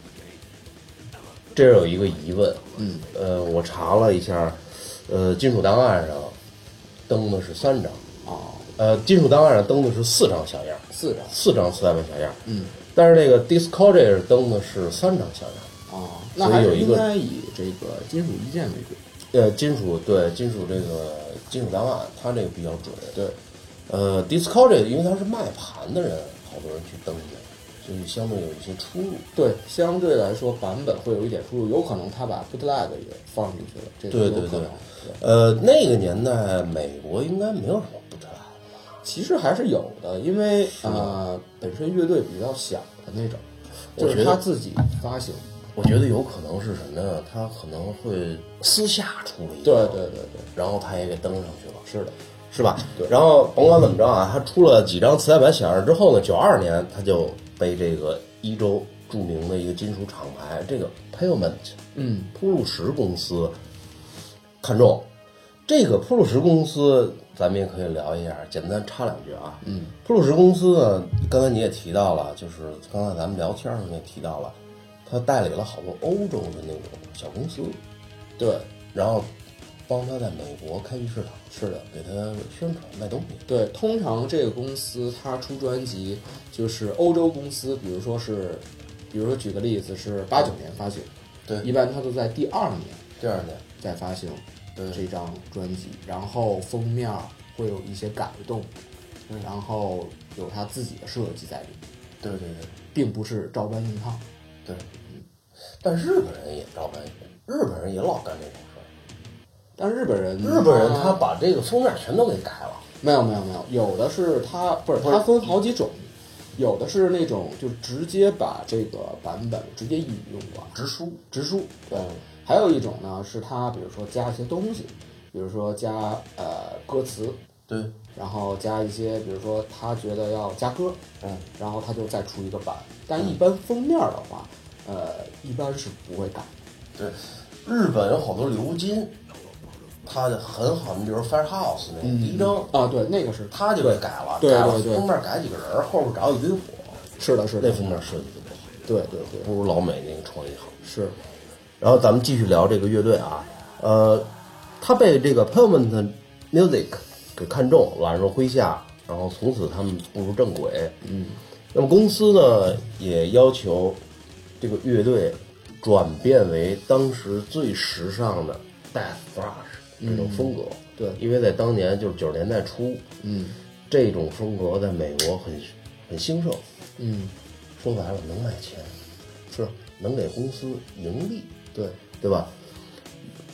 Speaker 2: 这有一个疑问，
Speaker 3: 嗯，
Speaker 2: 呃，我查了一下，呃，金属档案上登的是三张，
Speaker 3: 哦，
Speaker 2: 呃，金属档案上登的是四张小样，
Speaker 3: 四张，
Speaker 2: 四张磁带版小样，
Speaker 3: 嗯，
Speaker 2: 但是这个 Discoger 登的是三张小样。
Speaker 3: 哦，那还是应该以这个金属一件为准。
Speaker 2: 呃，金属对金属这个金属档案，它这个比较准。
Speaker 3: 对，
Speaker 2: 呃 ，Discoger 因为它是卖盘的人，好多人去登的，所以相对有一些出入。
Speaker 3: 对，相对来说版本会有一点出入，有可能他把 bootleg 也放进去了，这
Speaker 2: 对对对
Speaker 3: 个有可能。对，
Speaker 2: 呃，那个年代美国应该没有什么 bootleg，
Speaker 3: 其实还是有的，因为呃，本身乐队比较小的那种，就是
Speaker 2: 我觉得
Speaker 3: 他自己发行。
Speaker 2: 我觉得有可能是什么呢？他可能会私下出了一
Speaker 3: 对
Speaker 2: 个，
Speaker 3: 对对对，
Speaker 2: 然后他也给登上去了。
Speaker 3: 是的，
Speaker 2: 是吧？
Speaker 3: 对。
Speaker 2: 然后甭管怎么着啊，他出了几张磁带版小样之后呢，九二年他就被这个一州著名的一个金属厂牌这个 Pavement
Speaker 3: 嗯，
Speaker 2: 铺路石公司看中。这个铺路石公司咱们也可以聊一下，简单插两句啊。
Speaker 3: 嗯，
Speaker 2: 铺路石公司呢，刚才你也提到了，就是刚才咱们聊天的时候也提到了，他代理了好多欧洲的那种小公司，
Speaker 3: 对
Speaker 2: 然后帮他在美国开辟市场。
Speaker 3: 是的，
Speaker 2: 给他宣传卖东西。
Speaker 3: 对，通常这个公司它出专辑，就是欧洲公司，比如说是，比如说举个例子是八九年发行，
Speaker 2: 对
Speaker 3: 一般它都在第二年
Speaker 2: 第二年
Speaker 3: 再发行
Speaker 2: 对
Speaker 3: 这张专辑，然后封面会有一些改动，然后有他自己的设计在里面，
Speaker 2: 对对对
Speaker 3: 并不是照搬硬套。
Speaker 2: 对，但日本人也照搬，日本人也老干这种事儿。
Speaker 3: 但日本人，
Speaker 2: 日本人他把这个封面全都给改了。
Speaker 3: 没有没有没有，有的是他不是
Speaker 2: 不是
Speaker 3: 它分好几种，有的是那种就直接把这个版本直接引用过
Speaker 2: 直书
Speaker 3: 直书，对，还有一种呢是他比如说加一些东西，比如说加呃歌词，
Speaker 2: 对，
Speaker 3: 然后加一些比如说他觉得要加歌，
Speaker 2: 嗯，
Speaker 3: 然后他就再出一个版，但一般封面的话，呃一般是不会改。
Speaker 2: 对，日本有好多鎏金，它的很好，你比如 Firehouse 那个第一张
Speaker 3: 啊，对，那个是
Speaker 2: 他就给改了，
Speaker 3: 对
Speaker 2: 改了
Speaker 3: 对对
Speaker 2: 封面改几个人，后边找一堆火，
Speaker 3: 是的，是的，
Speaker 2: 那封面设计的不好，
Speaker 3: 对对对，
Speaker 2: 不如老美那个创意好。
Speaker 3: 是。
Speaker 2: 然后咱们继续聊这个乐队啊，呃，他被这个 Pavement Music 给看中，揽入麾下，然后从此他们步入正轨。
Speaker 3: 嗯，
Speaker 2: 那么公司呢也要求这个乐队转变为当时最时尚的 Death Thrash 这种风格。
Speaker 3: 对，
Speaker 2: 因为在当年就是九十年代初，
Speaker 3: 嗯，
Speaker 2: 这种风格在美国很很兴盛。
Speaker 3: 嗯，
Speaker 2: 说白了能卖钱，
Speaker 3: 是
Speaker 2: 能给公司盈利。
Speaker 3: 对
Speaker 2: 对吧？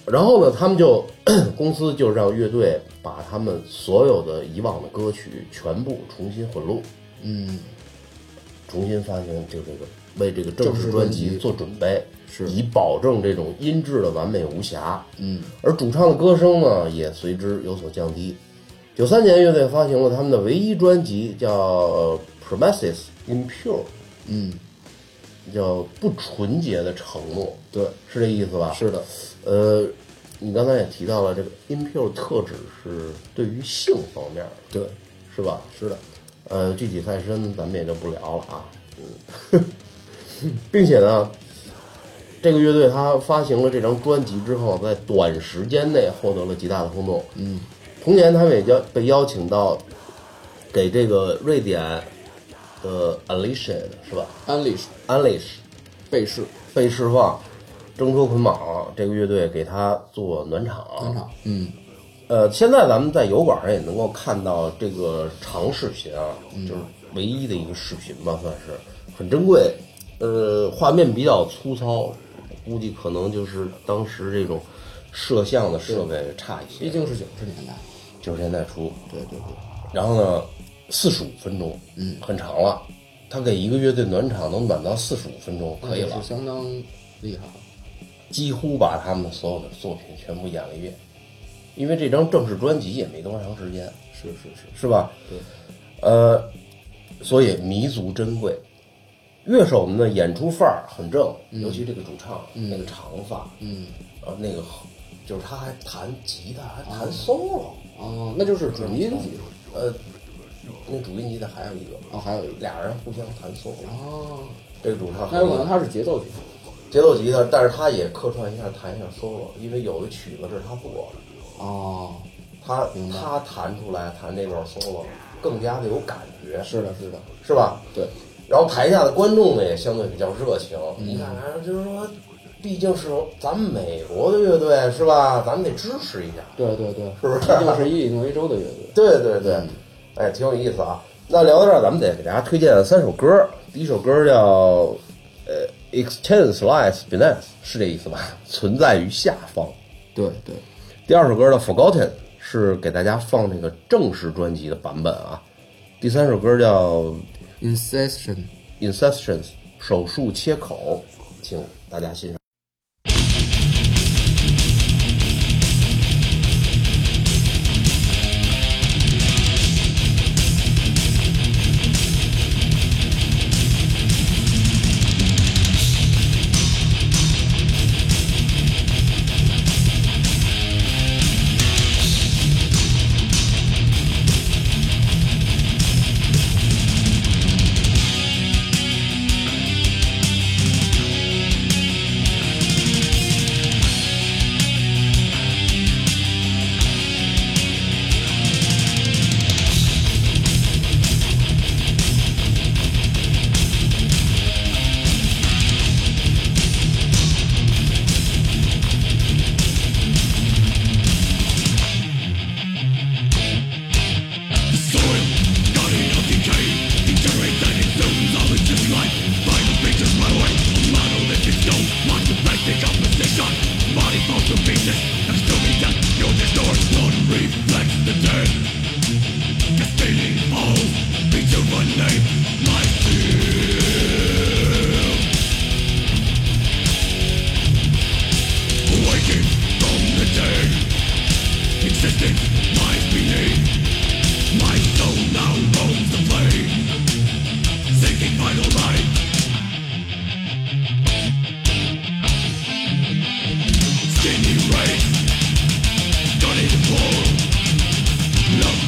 Speaker 2: 然后呢，他们就公司就让乐队把他们所有的以往的歌曲全部重新混录，
Speaker 3: 嗯，
Speaker 2: 重新发行，就这个为这个正式专辑做准备，
Speaker 3: 是
Speaker 2: 以保证这种音质的完美无瑕。
Speaker 3: 嗯，
Speaker 2: 而主唱的歌声呢，也随之有所降低。九三年，乐队发行了他们的唯一专辑，叫《Promises Impure》，
Speaker 3: 嗯，
Speaker 2: 叫不纯洁的承诺，
Speaker 3: 对，
Speaker 2: 是这意思吧？
Speaker 3: 是的，
Speaker 2: 呃，你刚才也提到了这个 impure 特指是对于性方面的，
Speaker 3: 对，
Speaker 2: 是吧？
Speaker 3: 是的，
Speaker 2: 呃，具体太深咱们也就不聊了啊。嗯，并且呢，这个乐队他发行了这张专辑之后，在短时间内获得了极大的轰动。
Speaker 3: 嗯，
Speaker 2: 同年他们也邀被邀请到给这个瑞典的 Unleashed 是吧
Speaker 3: ？Unleashed
Speaker 2: ？Unleashed
Speaker 3: 被释
Speaker 2: 被释放。挣脱捆绑，这个乐队给他做暖场。
Speaker 3: 暖场，嗯，
Speaker 2: 呃，现在咱们在油管上也能够看到这个长视频啊，嗯、就是唯一的一个视频吧，算是很珍贵。呃，画面比较粗糙，估计可能就是当时这种摄像的设备差一些。
Speaker 3: 毕竟是九十年代，
Speaker 2: 九十年代初。
Speaker 3: 对对对。
Speaker 2: 然后呢，四十五分钟，
Speaker 3: 嗯，
Speaker 2: 很长了。他给一个乐队暖场能暖到四十五分钟，可以了，
Speaker 3: 是相当厉害了。
Speaker 2: 几乎把他们的所有的作品全部演了一遍，因为这张正式专辑也没多长时间，
Speaker 3: 是是是，
Speaker 2: 是吧？
Speaker 3: 对，
Speaker 2: 呃，所以弥足珍贵。乐手们的演出范儿很正，
Speaker 3: 嗯、
Speaker 2: 尤其这个主唱、
Speaker 3: 嗯、
Speaker 2: 那个长发，
Speaker 3: 嗯，
Speaker 2: 然后那个就是他还弹吉他，还弹 solo，
Speaker 3: 哦，那就是主音吉
Speaker 2: 他，呃，那主音吉他还有一个，
Speaker 3: 哦，还有一个，
Speaker 2: 俩人互相弹 solo，
Speaker 3: 哦，
Speaker 2: 这个主唱
Speaker 3: 那有可能他是节奏吉他。
Speaker 2: 节奏吉他，但是他也客串一下弹一下 solo， 因为有的曲子是他做的。
Speaker 3: 哦，
Speaker 2: 他他弹出来弹这段 solo 更加的有感觉。
Speaker 3: 是的，是的，
Speaker 2: 是吧？
Speaker 3: 对。
Speaker 2: 然后台下的观众呢也相对比较热情，
Speaker 3: 嗯、
Speaker 2: 你看看，就是说，毕竟是咱们美国的乐队是吧？咱们得支持一下。
Speaker 3: 对对对，
Speaker 2: 是不是？
Speaker 3: 毕竟是伊利诺伊州的乐队。
Speaker 2: 对对对，嗯、哎，挺有意思啊。那聊到这儿，咱们得给大家推荐三首歌。第一首歌叫呃。Extends lies beneath 是这意思吧？存在于下方。
Speaker 3: 对对。
Speaker 2: 第二首歌的 Forgotten 是给大家放这个正式专辑的版本啊。第三首歌叫
Speaker 3: Inception
Speaker 2: Inception 手术切口，请大家欣赏。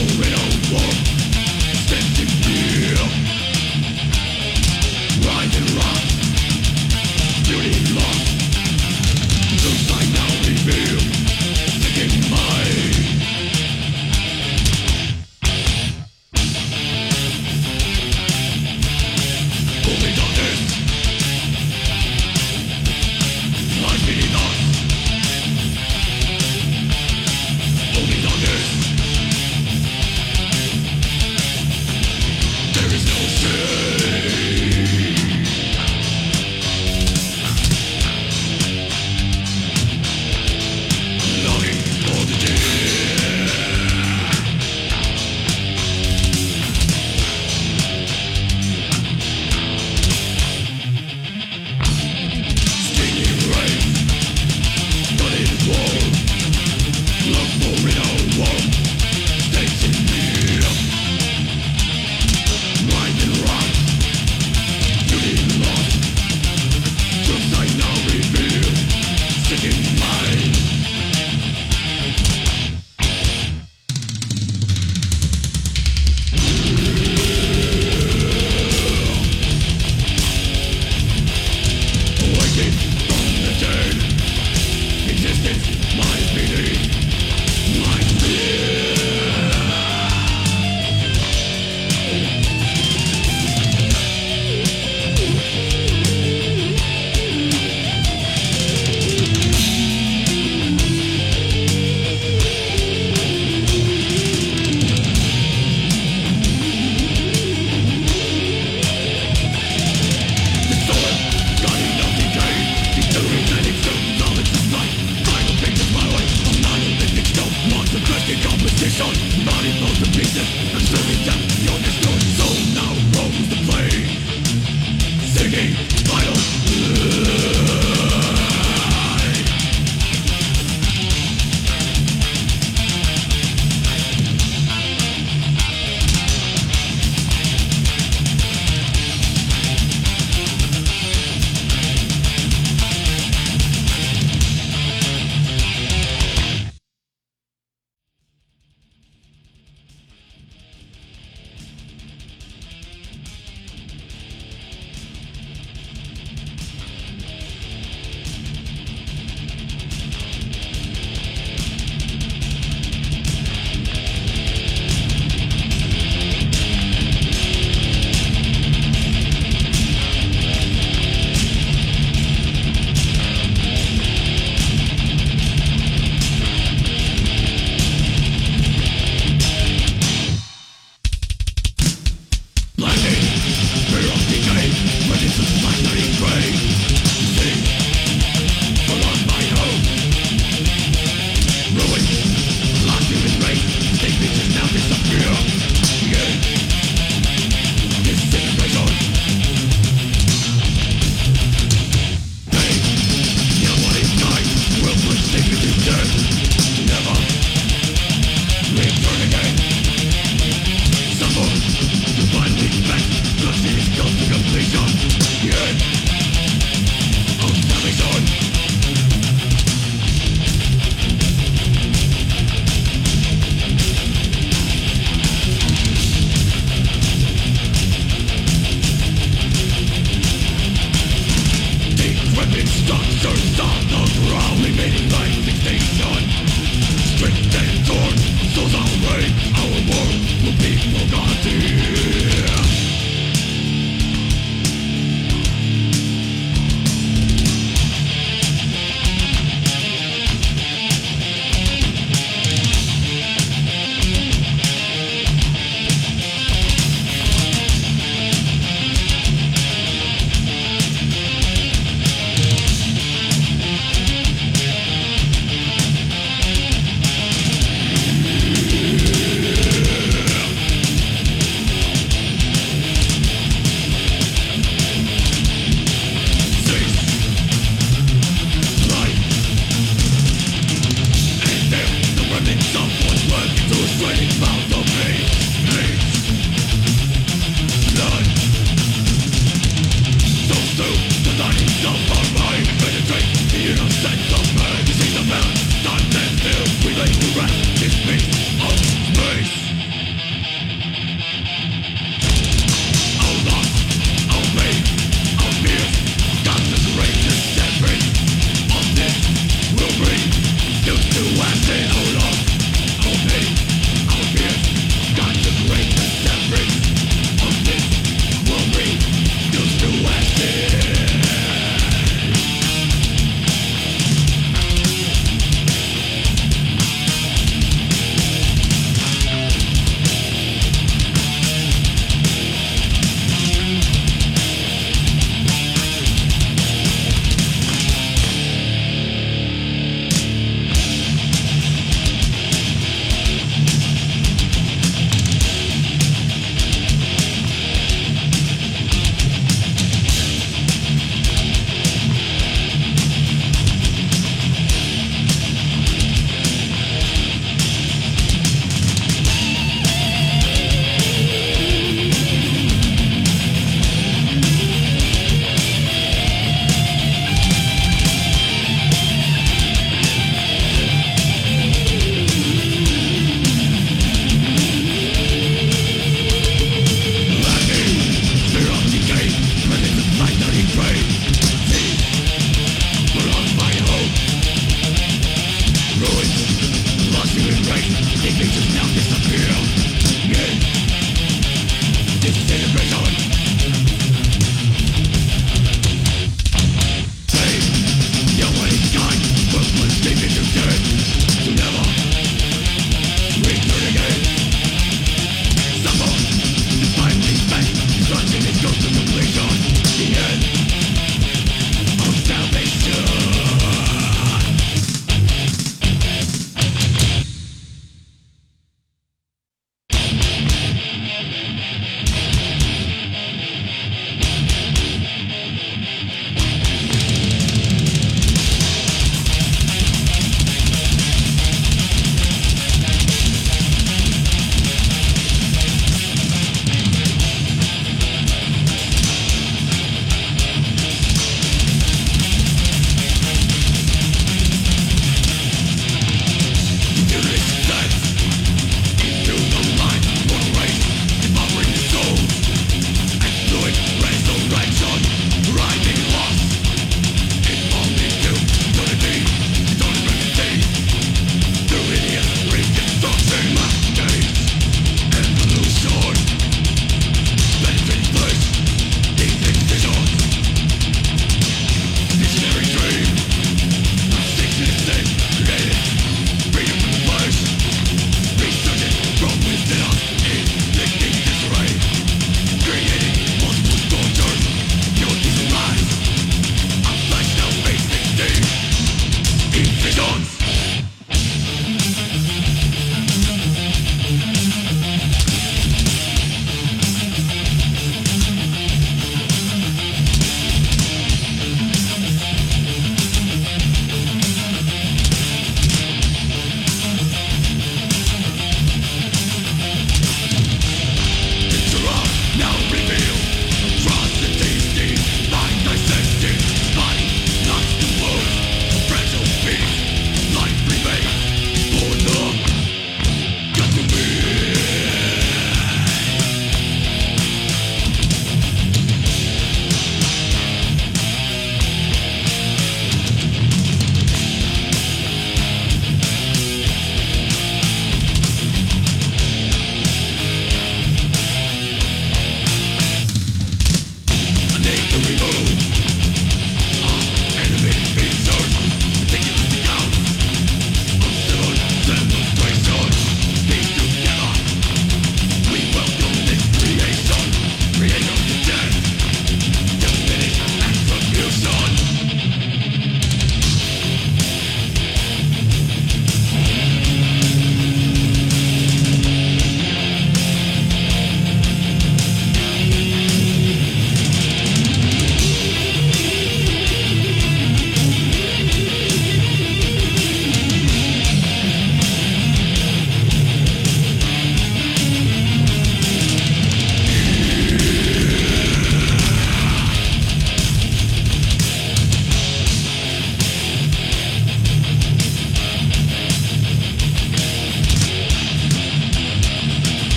Speaker 4: Rise and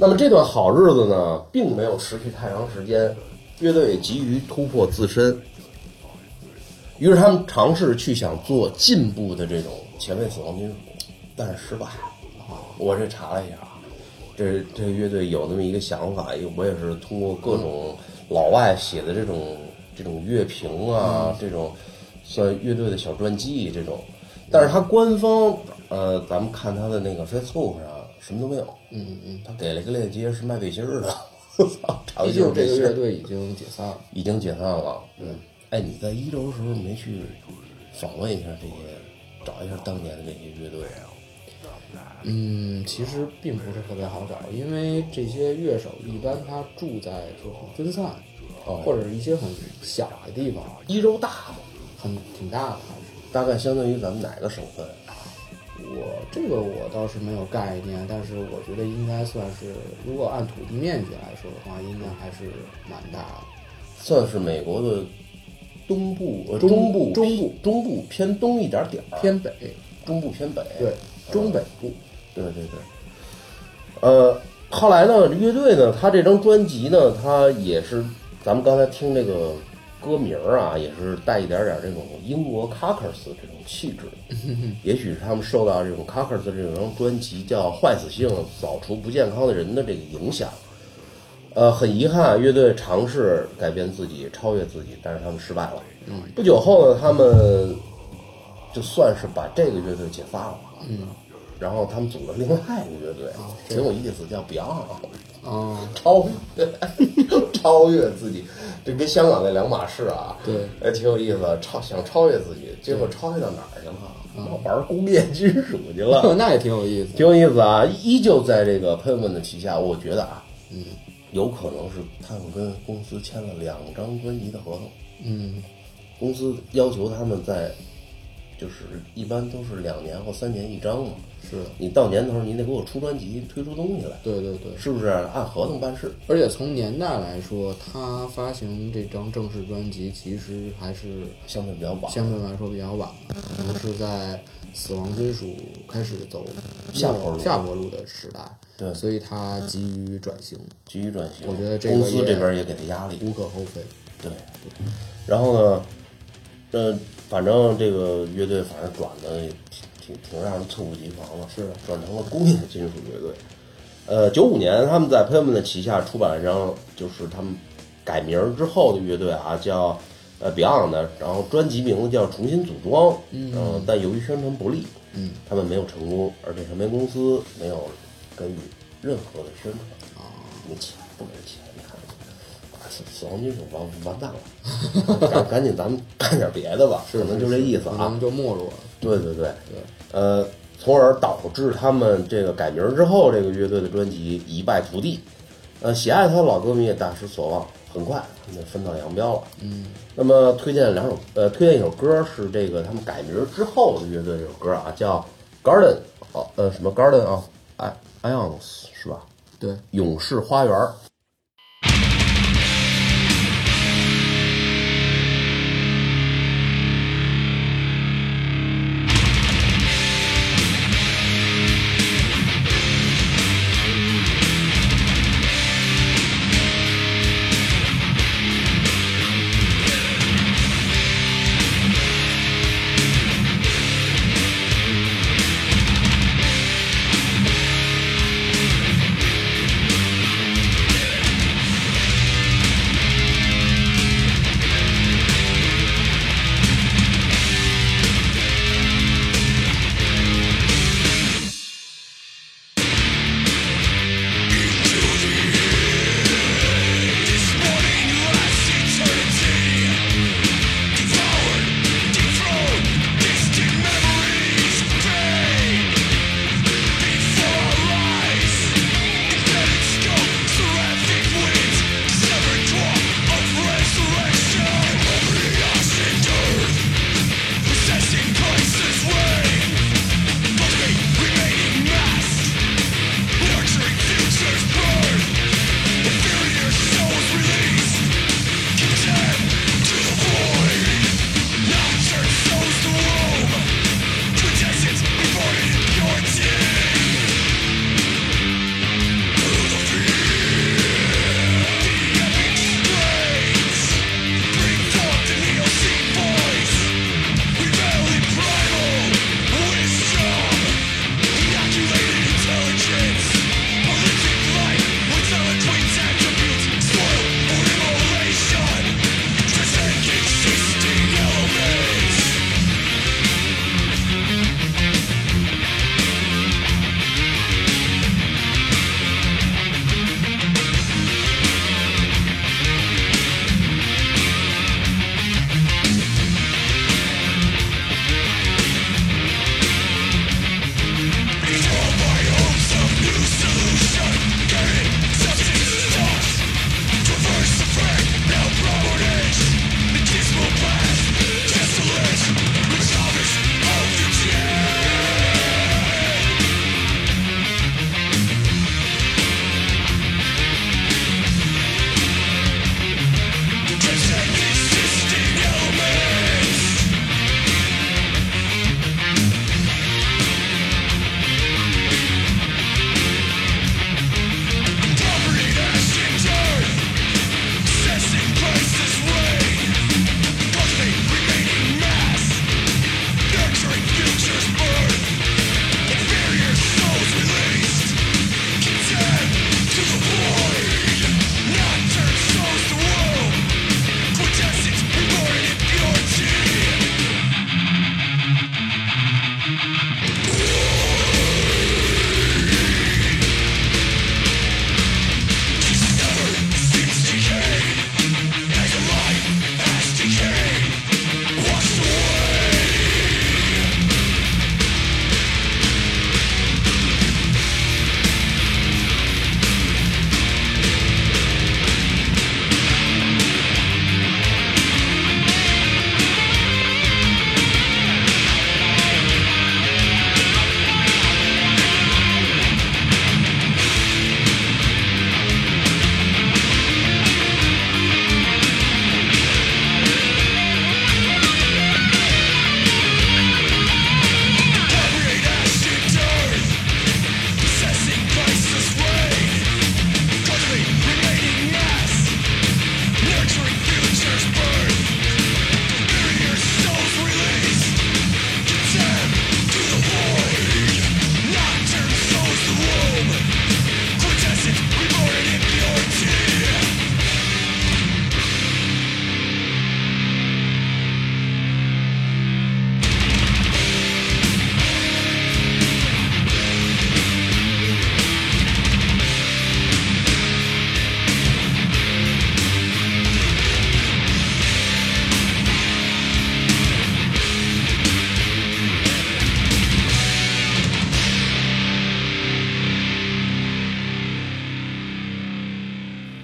Speaker 2: 那么这段好日子呢，并没有持续太长时间，乐队急于突破自身，于是他们尝试去想做进步的这种前卫死亡金属，但是失败了。我这查了一下，这这乐队有那么一个想法，我也是通过各种老外写的这种这种乐评啊，这种算乐队的小传记这种，但是他官方呃，咱们看他的那个 Facebook 上什么都没有。
Speaker 3: 嗯嗯，
Speaker 2: 他给了一个链接是卖背心儿的。
Speaker 3: 毕竟这个乐队已经解散了，
Speaker 2: 已经解散了。嗯，哎，你在一周的时候没去访问一下这些，找一下当年的这些乐队啊？
Speaker 3: 嗯，其实并不是特别好找，因为这些乐手一般他住在就很分散，
Speaker 2: 哦，
Speaker 3: 或者是一些很小的地方。
Speaker 2: 一周大吗？
Speaker 3: 很挺大的，
Speaker 2: 大概相当于咱们哪个省份？
Speaker 3: 我这个我倒是没有概念，但是我觉得应该算是，如果按土地面积来说的话，应该还是蛮大的，
Speaker 2: 算是美国的东部、呃、
Speaker 3: 中
Speaker 2: 中部、
Speaker 3: 中部、
Speaker 2: 中部偏东一点点儿，
Speaker 3: 偏北，
Speaker 2: 中部偏北，
Speaker 3: 对，中北部，
Speaker 2: 对对对。呃，后来呢，乐队呢，他这张专辑呢，他也是咱们刚才听这个歌名啊，也是带一点点这种英国 Carcass 这种气质。也许是他们受到这种 Carcass 这张专辑叫《坏死性扫除不健康的人》的这个影响。呃，很遗憾，乐队尝试改变自己，超越自己，但是他们失败了。
Speaker 3: 嗯，
Speaker 2: 不久后呢，他们就算是把这个乐队解散了。
Speaker 3: 嗯，
Speaker 2: 然后他们组了另外一个乐队，
Speaker 3: 哦、
Speaker 2: 挺有意思，叫 Beyond。
Speaker 3: 哦，
Speaker 2: 超越超越自己，这跟香港那两码事啊。
Speaker 3: 对，
Speaker 2: 哎，挺有意思的，超想超越自己，结果超越到哪儿去了？嗯、玩工业金属去了。
Speaker 3: 那也挺有意思，
Speaker 2: 挺有意思啊！依旧在这个 Pavement 的旗下，我觉得啊，
Speaker 3: 嗯，
Speaker 2: 有可能是他们跟公司签了两张专辑的合同。
Speaker 3: 嗯，
Speaker 2: 公司要求他们在，就是一般都是两年或三年一张嘛。
Speaker 3: 是
Speaker 2: 你到年头你得给我出专辑，推出东西来。
Speaker 3: 对对对，
Speaker 2: 是不是按合同办事？
Speaker 3: 而且从年代来说，他发行这张正式专辑其实还是
Speaker 2: 相对比较晚，
Speaker 3: 相对来说比较晚的，可能是在死亡金属开始走
Speaker 2: 下坡路
Speaker 3: 下坡路的时代。
Speaker 2: 对，
Speaker 3: 所以他急于转型，
Speaker 2: 急于转型。
Speaker 3: 我觉得这个
Speaker 2: 公司这边也给他压力，
Speaker 3: 无可厚非。
Speaker 2: 对，然后呢，呃，反正这个乐队反正转的也挺挺挺让人猝不及防了，
Speaker 3: 是
Speaker 2: 转成了工业金属乐队。呃，九五年他们在 Pavement 的旗下出版了一张，就是他们改名之后的乐队啊，叫呃 Beyond 的，然后专辑名字叫重新组装，
Speaker 3: 嗯、
Speaker 2: 呃，但由于宣传不利，
Speaker 3: 嗯，
Speaker 2: 他们没有成功，而且唱片公司没有给予任何的宣传啊，没钱，不给钱，你看，死亡金属完完蛋了，赶赶紧咱们干点别的吧，
Speaker 3: 是
Speaker 2: 可能就这意思啊，
Speaker 3: 可能就没落了。
Speaker 2: 对对对
Speaker 3: 对，
Speaker 2: 呃，从而导致他们这个改名之后，这个乐队的专辑一败涂地，呃，喜爱他的老歌迷也大失所望，很快他们就分道扬镳了。
Speaker 3: 嗯，
Speaker 2: 那么推荐两首，呃，推荐一首歌是这个他们改名之后的乐队这首歌啊，叫 Garden， 哦，呃，什么 Garden of Ions 是吧？
Speaker 3: 对，
Speaker 2: 勇士花园。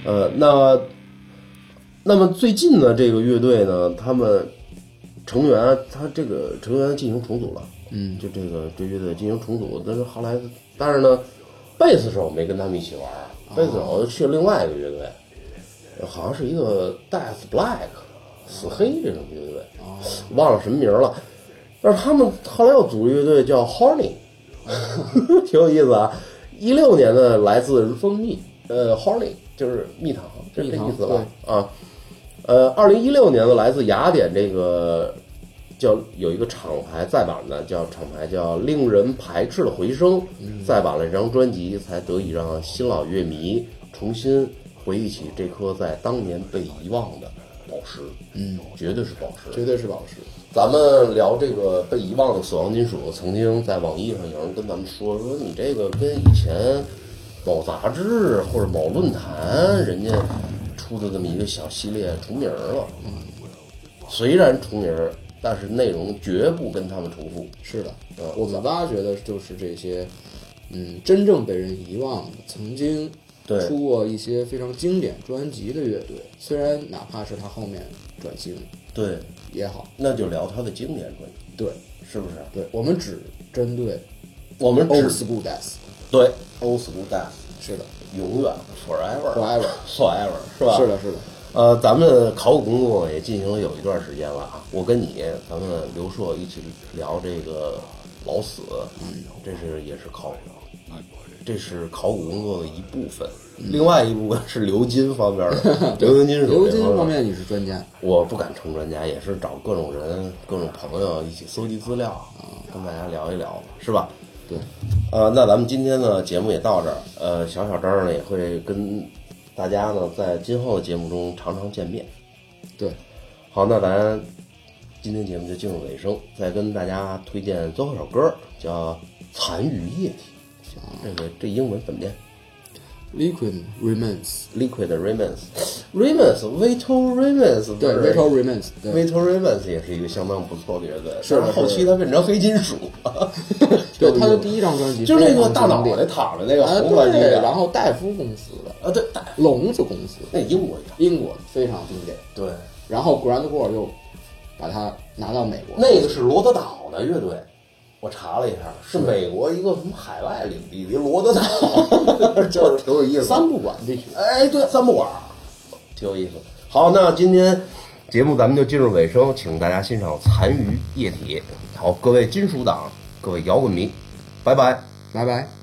Speaker 2: 呃，那那么最近呢，这个乐队呢，他们成员他这个成员进行重组了，
Speaker 3: 嗯，
Speaker 2: 就这个这乐队进行重组，但是后来，但是呢，贝斯手没跟他们一起玩，贝斯手去了另外一个乐队，好像是一个 Death Black 死黑这种乐队，忘了什么名了。但是他们后来又组乐队叫 Horny， 挺有意思啊。一六年的来自蜂蜜，呃 ，Horny 就是蜜糖，这个意思吧？啊，呃，二零一六年的来自雅典这个叫有一个厂牌再版的，叫厂牌叫令人排斥的回声，再版了这张专辑，才得以让新老乐迷重新回忆起这颗在当年被遗忘的宝石。
Speaker 3: 嗯，
Speaker 2: 绝对是宝石，
Speaker 3: 绝对是宝石。
Speaker 2: 咱们聊这个被遗忘的死亡金属，曾经在网易上有人跟咱们说说你这个跟以前某杂志或者某论坛人家出的这么一个小系列重名了。嗯，虽然重名，但是内容绝不跟他们重复。
Speaker 3: 是的，呃，我们挖掘的就是这些，嗯，真正被人遗忘的，曾经
Speaker 2: 对
Speaker 3: 出过一些非常经典专辑的乐队，虽然哪怕是他后面转型
Speaker 2: 对
Speaker 3: 也好，
Speaker 2: 那就聊他的经典专辑，
Speaker 3: 对，
Speaker 2: 是不是？
Speaker 3: 对，我们只针对
Speaker 2: 我们
Speaker 3: old
Speaker 2: 只
Speaker 3: school death，
Speaker 2: 对 old school death，
Speaker 3: 是的
Speaker 2: 永远 forever
Speaker 3: forever
Speaker 2: forever 是吧？
Speaker 3: 是的，是的，
Speaker 2: 呃，咱们考古工作也进行了有一段时间了啊。我跟你，咱们刘硕一起聊这个老死，嗯，这是也是考，这是考古工作的一部分。另外一部分是鎏金方面的，鎏金金属
Speaker 3: 鎏金方面你是专家，
Speaker 2: 我不敢称专家，也是找各种人、各种朋友一起搜集资料啊，跟大家聊一聊，是吧？
Speaker 3: 对，
Speaker 2: 呃，那咱们今天呢节目也到这儿，呃，小小张呢也会跟大家呢在今后的节目中常常见面。
Speaker 3: 对，
Speaker 2: 好，那咱今天节目就进入尾声，再跟大家推荐最后一首歌，叫《残余液体》。这个这英文怎么念
Speaker 3: Liquid Remains，
Speaker 2: ？Liquid Remains，Remains，Vito Remains，
Speaker 3: 对 Vito Remains， 对
Speaker 2: Vito Remains 也是一个相当不错的乐队，
Speaker 3: 是
Speaker 2: 但是后期它变成黑金属了。
Speaker 3: 对，他的第一张专辑
Speaker 2: 就是那个大脑
Speaker 3: 袋
Speaker 2: 袋躺着那个
Speaker 3: 啊，
Speaker 2: 红专辑，
Speaker 3: 对，然后戴夫公司的
Speaker 2: 啊，对，
Speaker 3: 聋子公司，
Speaker 2: 那英国的，
Speaker 3: 英国非常经典。
Speaker 2: 对，
Speaker 3: 然后 Grand War 又把它拿到美国，
Speaker 2: 那个是罗德岛的乐队，我查了一下，是美国一个什么海外领地的罗德岛，就是挺有意思。
Speaker 3: 三不管地区，
Speaker 2: 哎，对，三不管，挺有意思。好，那今天节目咱们就进入尾声，请大家欣赏《残余液体》。好，各位金属党，各位摇滚迷，拜拜。
Speaker 3: 拜拜。